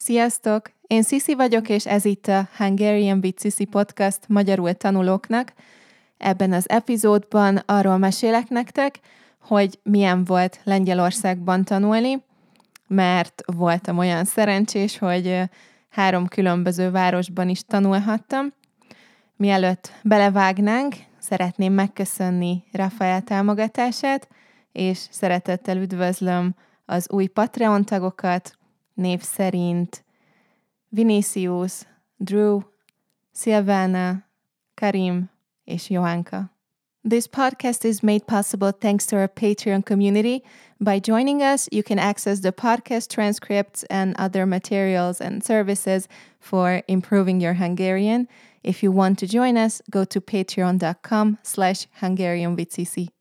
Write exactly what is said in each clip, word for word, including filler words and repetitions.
Sziasztok! Én Sziszi vagyok, és ez itt a Hungarian with Sissi podcast magyarul tanulóknak. Ebben az epizódban arról mesélek nektek, hogy milyen volt Lengyelországban tanulni, mert voltam olyan szerencsés, hogy három különböző városban is tanulhattam. Mielőtt belevágnánk, szeretném megköszönni Rafael támogatását, és szeretettel üdvözlöm az új Patreon tagokat, név szerint Vinicius, Drew, Silvana, Karim és Johanka. This podcast is made possible thanks to our Patreon community. By joining us, you can access the podcast transcripts and other materials and services for improving your Hungarian. If you want to join us, go to patreon.com slash Hungarian with Sissi.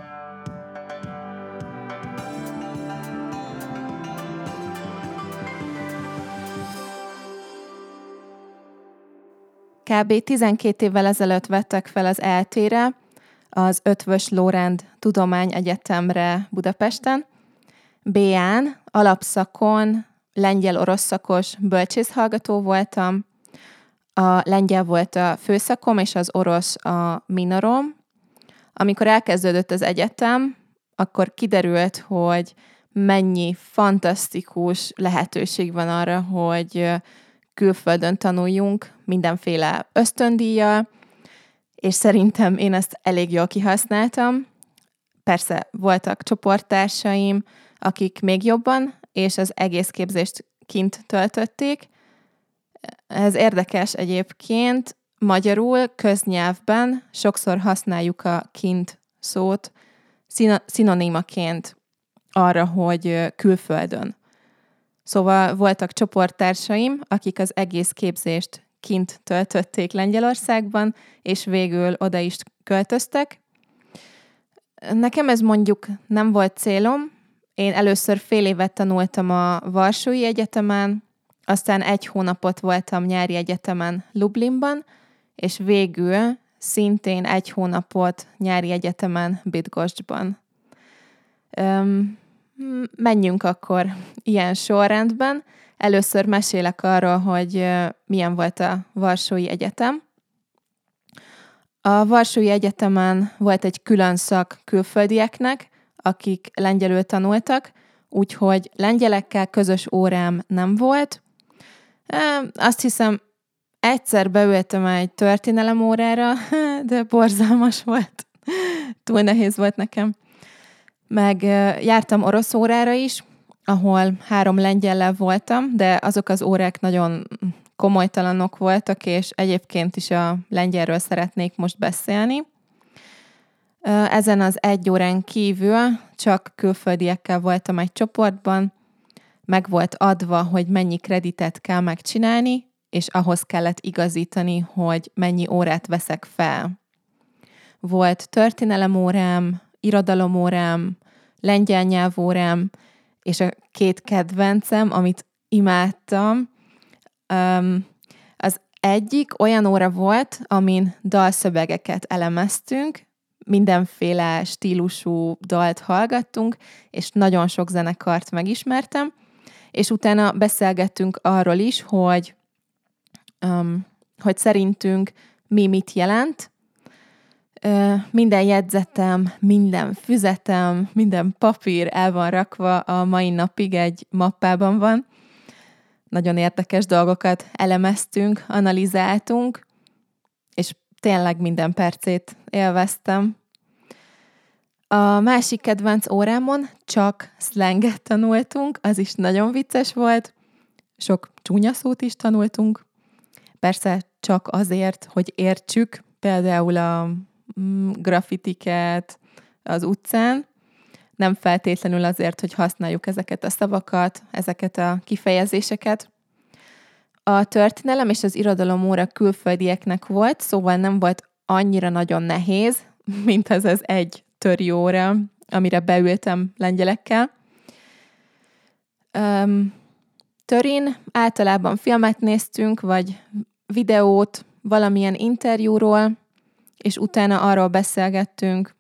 Kb. tizenkét évvel ezelőtt vettek fel az é el té-re, az Eötvös Loránd Tudományegyetemre Budapesten. bé á-n, alapszakon, lengyel-orosz szakos bölcsészhallgató voltam. A lengyel volt a főszakom, és az orosz a minorom. Amikor elkezdődött az egyetem, akkor kiderült, hogy mennyi fantasztikus lehetőség van arra, hogy külföldön tanuljunk mindenféle ösztöndíjjal, és szerintem én ezt elég jól kihasználtam. Persze voltak csoporttársaim, akik még jobban, és az egész képzést kint töltötték. Ez érdekes egyébként, magyarul köznyelvben sokszor használjuk a kint szót szinonimaként arra, hogy külföldön. Szóval voltak csoporttársaim, akik az egész képzést kint töltötték Lengyelországban, és végül oda is költöztek. Nekem ez mondjuk nem volt célom. Én először fél évet tanultam a Varsói Egyetemen, aztán egy hónapot voltam nyári egyetemen Lublinban, és végül szintén egy hónapot nyári egyetemen Bydgoszczban. Um, Menjünk akkor ilyen sorrendben. Először mesélek arról, hogy milyen volt a Varsói Egyetem. A Varsói Egyetemen volt egy külön szak külföldieknek, akik lengyelül tanultak, úgyhogy lengyelekkel közös órám nem volt. Azt hiszem, egyszer beültem egy történelem órára, de borzalmas volt. Túl nehéz volt nekem. Meg jártam orosz órára is, ahol három lengyellel voltam, de azok az órák nagyon komolytalanok voltak, és egyébként is a lengyelről szeretnék most beszélni. Ezen az egy órán kívül csak külföldiekkel voltam egy csoportban, meg volt adva, hogy mennyi kreditet kell megcsinálni, és ahhoz kellett igazítani, hogy mennyi órát veszek fel. Volt történelemórám, irodalomórám, lengyel nyelvórám, és a két kedvencem, amit imádtam, az egyik olyan óra volt, amin dalszövegeket elemeztünk, mindenféle stílusú dalt hallgattunk, és nagyon sok zenekart megismertem, és utána beszélgettünk arról is, hogy, um, hogy szerintünk mi mit jelent. Uh, minden jegyzetem, minden füzetem, minden papír el van rakva, a mai napig egy mappában van. Nagyon érdekes dolgokat elemeztünk, analizáltunk, és tényleg minden percét élveztem. A másik kedvenc órámon csak szlenget tanultunk, az is nagyon vicces volt. Sok csúnya szót is tanultunk. Persze csak azért, hogy értsük, például a graffitiket az utcán, nem feltétlenül azért, hogy használjuk ezeket a szavakat, ezeket a kifejezéseket. A történelem és az irodalom óra külföldieknek volt, szóval nem volt annyira nagyon nehéz, mint az az egy töri óra, amire beültem lengyelekkel. Um, törin általában filmet néztünk, vagy videót valamilyen interjúról, és utána arról beszélgettünk.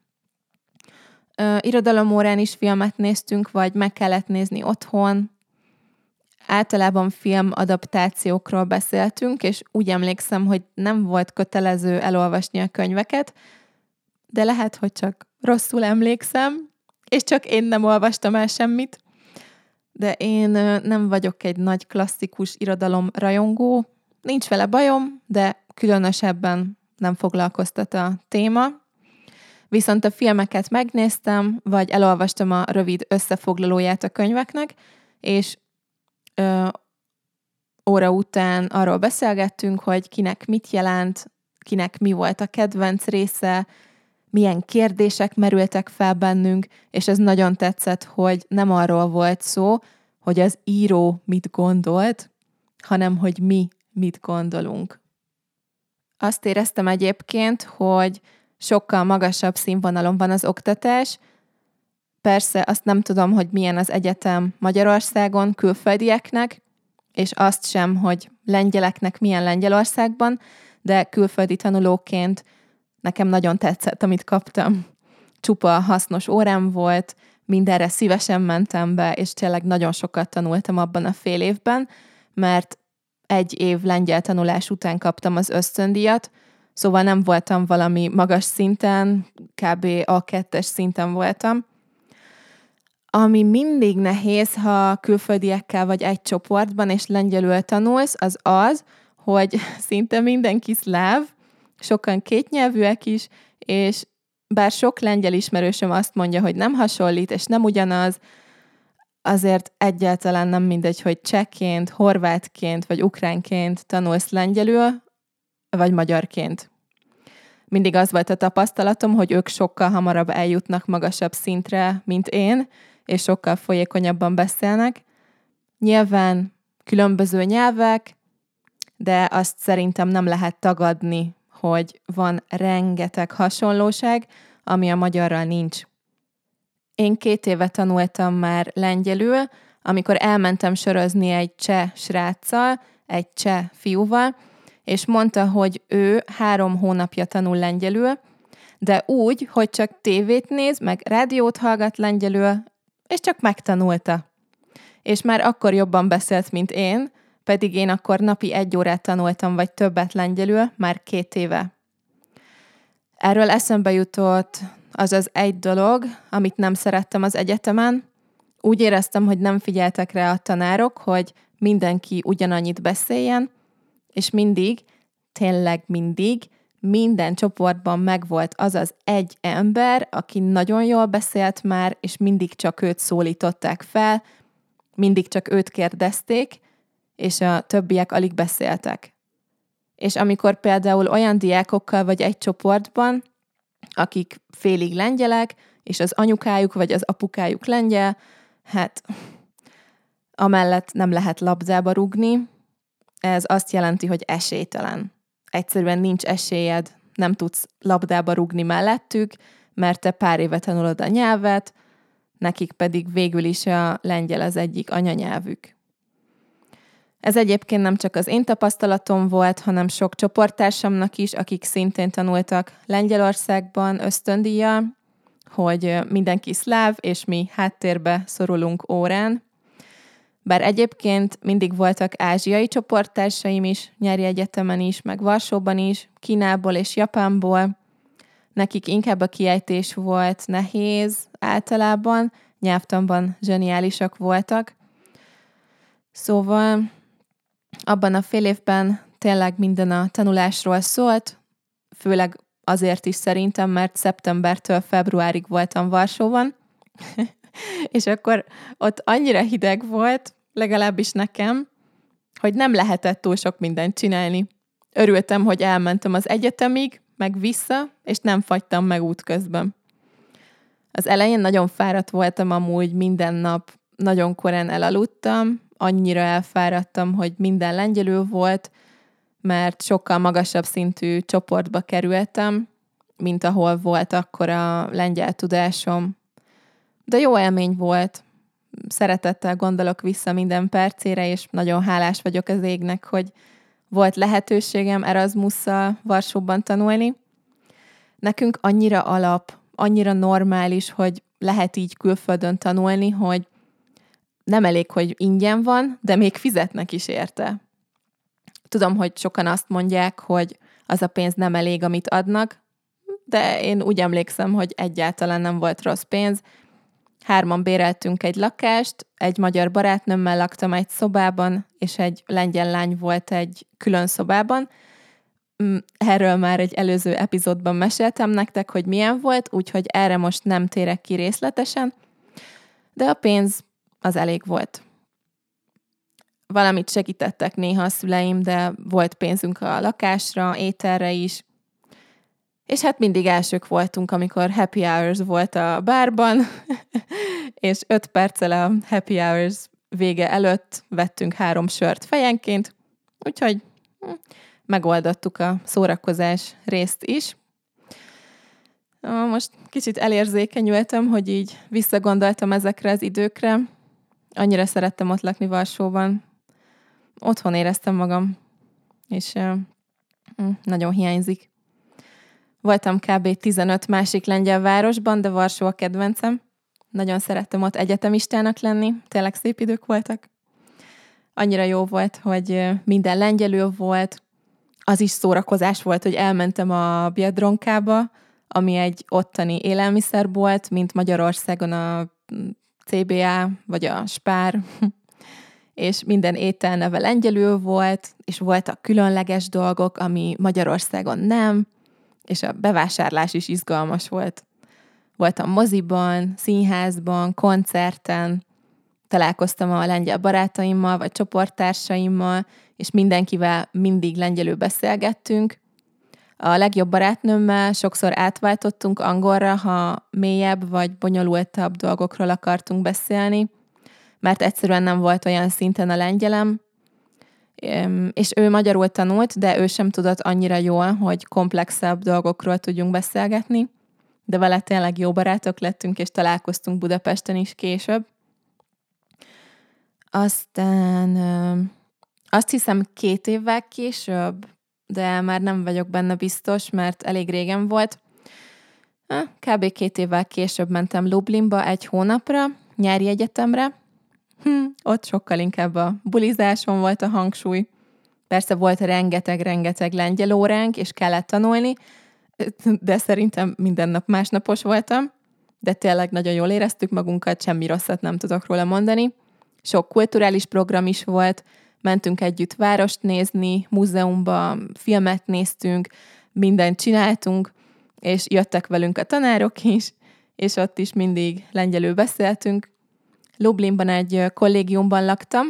Uh, irodalomórán is filmet néztünk, vagy meg kellett nézni otthon. általában filmadaptációkról beszéltünk, és úgy emlékszem, hogy nem volt kötelező elolvasni a könyveket, de lehet, hogy csak rosszul emlékszem, és csak én nem olvastam el semmit. De én nem vagyok egy nagy klasszikus irodalom rajongó, nincs vele bajom, de különösebben nem foglalkoztat a téma. Viszont a filmeket megnéztem, vagy elolvastam a rövid összefoglalóját a könyveknek, és ö, óra után arról beszélgettünk, hogy kinek mit jelent, kinek mi volt a kedvenc része, milyen kérdések merültek fel bennünk, és ez nagyon tetszett, hogy nem arról volt szó, hogy az író mit gondolt, hanem hogy mi mit gondolunk. Azt éreztem egyébként, hogy sokkal magasabb színvonalon van az oktatás. Persze azt nem tudom, hogy milyen az egyetem Magyarországon külföldieknek, és azt sem, hogy lengyeleknek milyen Lengyelországban, de külföldi tanulóként nekem nagyon tetszett, amit kaptam. Csupa hasznos órám volt, mindenre szívesen mentem be, és tényleg nagyon sokat tanultam abban a fél évben, mert egy év lengyel tanulás után kaptam az ösztöndíjat, szóval nem voltam valami magas szinten, kb. á kettes szinten voltam. Ami mindig nehéz, ha külföldiekkel vagy egy csoportban, és lengyelül tanulsz, az az, hogy szinte mindenki szláv, sokan kétnyelvűek is, és bár sok lengyel ismerősöm azt mondja, hogy nem hasonlít, és nem ugyanaz, azért egyáltalán nem mindegy, hogy csehként, horvátként vagy ukránként tanulsz lengyelül, vagy magyarként. Mindig az volt a tapasztalatom, hogy ők sokkal hamarabb eljutnak magasabb szintre, mint én, és sokkal folyékonyabban beszélnek. Nyilván különböző nyelvek, de azt szerintem nem lehet tagadni, hogy van rengeteg hasonlóság, ami a magyarral nincs. Én két éve tanultam már lengyelül, amikor elmentem sörözni egy cseh sráccal, egy cseh fiúval, és mondta, hogy ő három hónapja tanul lengyelül, de úgy, hogy csak tévét néz, meg rádiót hallgat lengyelül, és csak megtanulta. És már akkor jobban beszélt, mint én, pedig én akkor napi egy órát tanultam, vagy többet lengyelül, már két éve. Erről eszembe jutott az az egy dolog, amit nem szerettem az egyetemen. Úgy éreztem, hogy nem figyeltek rá a tanárok, hogy mindenki ugyanannyit beszéljen, és mindig, tényleg mindig, minden csoportban megvolt az az egy ember, aki nagyon jól beszélt már, és mindig csak őt szólították fel, mindig csak őt kérdezték, és a többiek alig beszéltek. És amikor például olyan diákokkal vagy egy csoportban, akik félig lengyelek, és az anyukájuk vagy az apukájuk lengyel, hát amellett nem lehet labdába rúgni, ez azt jelenti, hogy esélytelen. Egyszerűen nincs esélyed, nem tudsz labdába rúgni mellettük, mert te pár éve tanulod a nyelvet, nekik pedig végül is a lengyel az egyik anyanyelvük. Ez egyébként nem csak az én tapasztalatom volt, hanem sok csoporttársamnak is, akik szintén tanultak Lengyelországban ösztöndíjjal, hogy mindenki szláv, és mi háttérbe szorulunk órán. Bár egyébként mindig voltak ázsiai csoporttársaim is, nyári egyetemen is, meg Varsóban is, Kínából és Japánból. Nekik inkább a kiejtés volt nehéz általában, nyelvtanban zseniálisak voltak. Szóval abban a fél évben tényleg minden a tanulásról szólt, főleg azért is szerintem, mert szeptembertől februárig voltam Varsóban, és akkor ott annyira hideg volt, legalábbis nekem, hogy nem lehetett túl sok mindent csinálni. Örültem, hogy elmentem az egyetemig, meg vissza, és nem fagytam meg útközben. Az elején nagyon fáradt voltam amúgy, minden nap nagyon korán elaludtam, annyira elfáradtam, hogy minden lengyelül volt, mert sokkal magasabb szintű csoportba kerültem, mint ahol volt akkor a lengyel tudásom. De jó élmény volt. Szeretettel gondolok vissza minden percére, és nagyon hálás vagyok az égnek, hogy volt lehetőségem Erasmusszal Varsóban tanulni. Nekünk annyira alap, annyira normális, hogy lehet így külföldön tanulni, hogy nem elég, hogy ingyen van, de még fizetnek is érte. Tudom, hogy sokan azt mondják, hogy az a pénz nem elég, amit adnak, de én úgy emlékszem, hogy egyáltalán nem volt rossz pénz. Hárman béreltünk egy lakást, egy magyar barátnőmmel laktam egy szobában, és egy lengyel lány volt egy külön szobában. Erről már egy előző epizódban meséltem nektek, hogy milyen volt, úgyhogy erre most nem térek ki részletesen, de a pénz az elég volt. Valamit segítettek néha a szüleim, de volt pénzünk a lakásra, ételre is. És hát mindig elsők voltunk, amikor happy hours volt a bárban, és öt perccel a happy hours vége előtt vettünk három sört fejenként, úgyhogy megoldottuk a szórakozás részt is. Most kicsit elérzékenyültem, hogy így visszagondoltam ezekre az időkre. Annyira szerettem ott lakni Varsóban. Otthon éreztem magam, és uh, nagyon hiányzik. Voltam kb. tizenöt másik lengyel városban, de Varsó a kedvencem. Nagyon szerettem ott egyetemistának lenni, tényleg szép idők voltak. Annyira jó volt, hogy minden lengyelül volt. Az is szórakozás volt, hogy elmentem a Biedronkába, ami egy ottani élelmiszerbolt, mint Magyarországon a cé bé á vagy a Spár, és minden étel neve lengyelül volt, és voltak különleges dolgok, ami Magyarországon nem, és a bevásárlás is izgalmas volt. Voltam moziban, színházban, koncerten, találkoztam a lengyel barátaimmal, vagy csoporttársaimmal, és mindenkivel mindig lengyelül beszélgettünk. A legjobb barátnőmmel sokszor átváltottunk angolra, ha mélyebb vagy bonyolultabb dolgokról akartunk beszélni, mert egyszerűen nem volt olyan szinten a lengyelem, és ő magyarul tanult, de ő sem tudott annyira jól, hogy komplexebb dolgokról tudjunk beszélgetni, de vele tényleg jó barátok lettünk, és találkoztunk Budapesten is később. Aztán azt hiszem két évvel később, de már nem vagyok benne biztos, mert elég régen volt. Kb. két évvel később mentem Lublinba egy hónapra, nyári egyetemre. Hm, ott sokkal inkább a bulizáson volt a hangsúly. Persze volt rengeteg-rengeteg lengyel óránk, és kellett tanulni, de szerintem minden nap másnapos voltam, de tényleg nagyon jól éreztük magunkat, semmi rosszat nem tudok róla mondani. Sok kulturális program is volt, mentünk együtt várost nézni, múzeumba, filmet néztünk, mindent csináltunk, és jöttek velünk a tanárok is, és ott is mindig lengyelül beszéltünk. Lublinban egy kollégiumban laktam,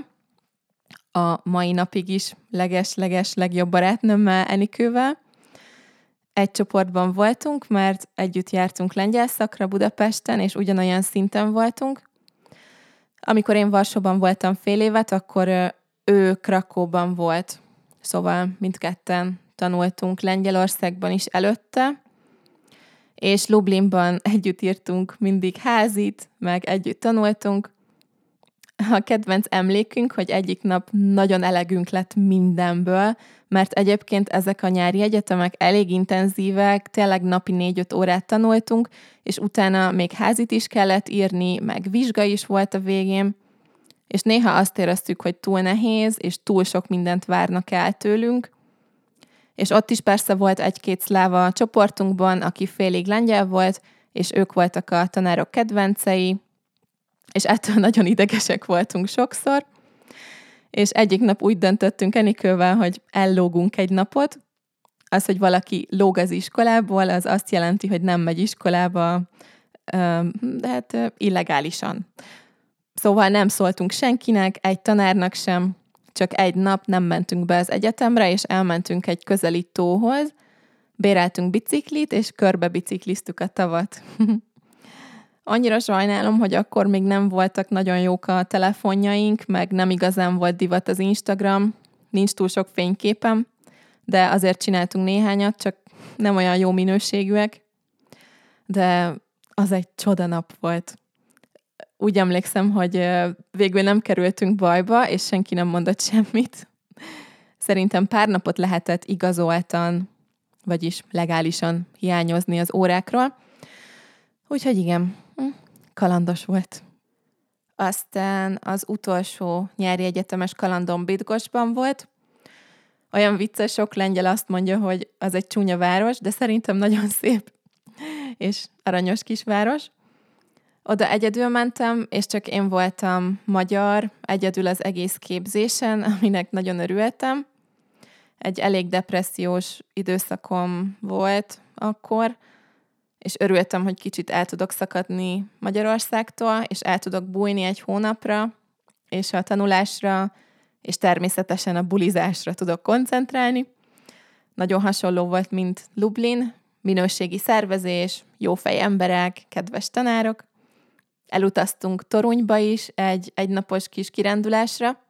a mai napig is leges-leges legjobb barátnőmmel, Enikővel. Egy csoportban voltunk, mert együtt jártunk lengyel szakra Budapesten, és ugyanolyan szinten voltunk. Amikor én Varsóban voltam fél évet, akkor ő Krakóban volt, szóval mindketten tanultunk Lengyelországban is előtte, és Lublinban együtt írtunk mindig házit, meg együtt tanultunk. A kedvenc emlékünk, hogy egyik nap nagyon elegünk lett mindenből, mert egyébként ezek a nyári egyetemek elég intenzívek, tényleg napi négy-öt órát tanultunk, és utána még házit is kellett írni, meg vizsga is volt a végén, és néha azt éreztük, hogy túl nehéz, és túl sok mindent várnak el tőlünk. És ott is persze volt egy-két szláva a csoportunkban, aki félig lengyel volt, és ők voltak a tanárok kedvencei, és ettől nagyon idegesek voltunk sokszor, és egyik nap úgy döntöttünk Enikővel, hogy ellógunk egy napot. Az, hogy valaki lóg az iskolából, az azt jelenti, hogy nem megy iskolába, de hát illegálisan. Szóval nem szóltunk senkinek, egy tanárnak sem, csak egy nap nem mentünk be az egyetemre, és elmentünk egy közeli tóhoz, béreltünk biciklit, és körbe bicikliztük a tavat. Annyira sajnálom, hogy akkor még nem voltak nagyon jók a telefonjaink, meg nem igazán volt divat az Instagram, nincs túl sok fényképem, de azért csináltunk néhányat, csak nem olyan jó minőségűek. De az egy csoda nap volt. Úgy emlékszem, hogy végül nem kerültünk bajba, és senki nem mondott semmit. Szerintem pár napot lehetett igazoltan, vagyis legálisan hiányozni az órákról. Úgyhogy igen, kalandos volt. Aztán az utolsó nyári egyetemes kalandom Bydgoszcban volt. Olyan vicces, sok lengyel azt mondja, hogy az egy csúnya város, de szerintem nagyon szép és aranyos kisváros. Oda egyedül mentem, és csak én voltam magyar, egyedül az egész képzésen, aminek nagyon örültem. Egy elég depressziós időszakom volt akkor, és örültem, hogy kicsit el tudok szakadni Magyarországtól, és el tudok bújni egy hónapra, és a tanulásra, és természetesen a bulizásra tudok koncentrálni. Nagyon hasonló volt, mint Lublin, minőségi szervezés, jófej emberek, kedves tanárok. Elutaztunk Torunyba is egy egynapos kis kirándulásra,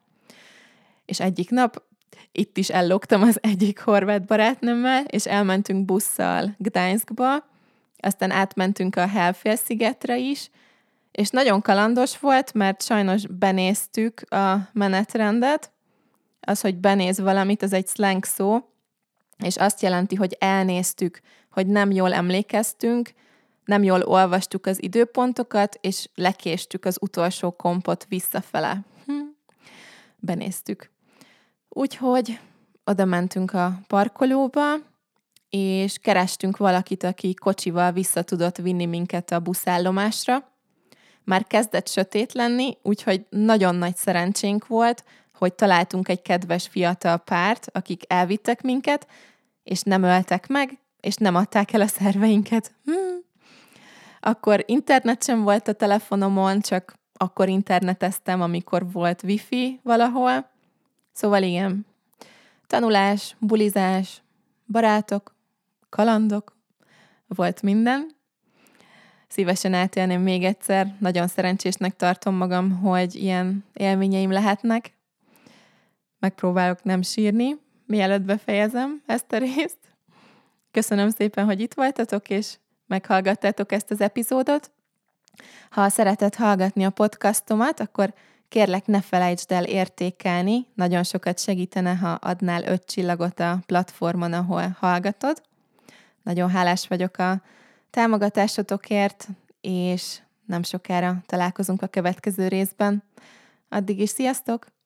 és egyik nap itt is ellógtam az egyik horvát barátnőmmel, és elmentünk busszal Gdańskba, aztán átmentünk a Hellfél-szigetre is, és nagyon kalandos volt, mert sajnos benéztük a menetrendet. Az, hogy benéz valamit, az egy slang szó, és azt jelenti, hogy elnéztük, hogy nem jól emlékeztünk, nem jól olvastuk az időpontokat, és lekéstük az utolsó kompot visszafele. Hm. Benéztük. Úgyhogy oda mentünk a parkolóba, és kerestünk valakit, aki kocsival vissza tudott vinni minket a buszállomásra. Már kezdett sötét lenni, úgyhogy nagyon nagy szerencsénk volt, hogy találtunk egy kedves fiatal párt, akik elvittek minket, és nem öltek meg, és nem adták el a szerveinket. Hmm. Akkor internet sem volt a telefonomon, csak akkor interneteztem, amikor volt wifi valahol. Szóval igen, tanulás, bulizás, barátok, kalandok, volt minden. Szívesen átélném még egyszer, nagyon szerencsésnek tartom magam, hogy ilyen élményeim lehetnek. Megpróbálok nem sírni, mielőtt befejezem ezt a részt. Köszönöm szépen, hogy itt voltatok, és meghallgattátok ezt az epizódot. Ha szereted hallgatni a podcastomat, akkor kérlek, ne felejtsd el értékelni. Nagyon sokat segítene, ha adnál öt csillagot a platformon, ahol hallgatod. Nagyon hálás vagyok a támogatásotokért, és nem sokára találkozunk a következő részben. Addig is sziasztok!